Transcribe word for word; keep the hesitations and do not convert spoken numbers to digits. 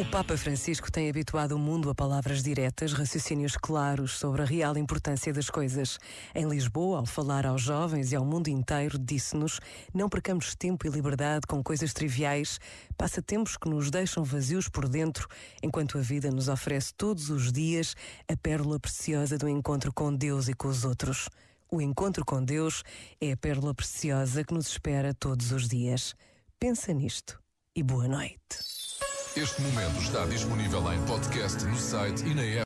O Papa Francisco tem habituado o mundo a palavras diretas, raciocínios claros sobre a real importância das coisas. Em Lisboa, ao falar aos jovens e ao mundo inteiro, disse-nos: não percamos tempo e liberdade com coisas triviais, passatempos que nos deixam vazios por dentro, enquanto a vida nos oferece todos os dias a pérola preciosa do encontro com Deus e com os outros. O encontro com Deus é a pérola preciosa que nos espera todos os dias. Pensa nisto e boa noite. Este momento está disponível em podcast no site e na app.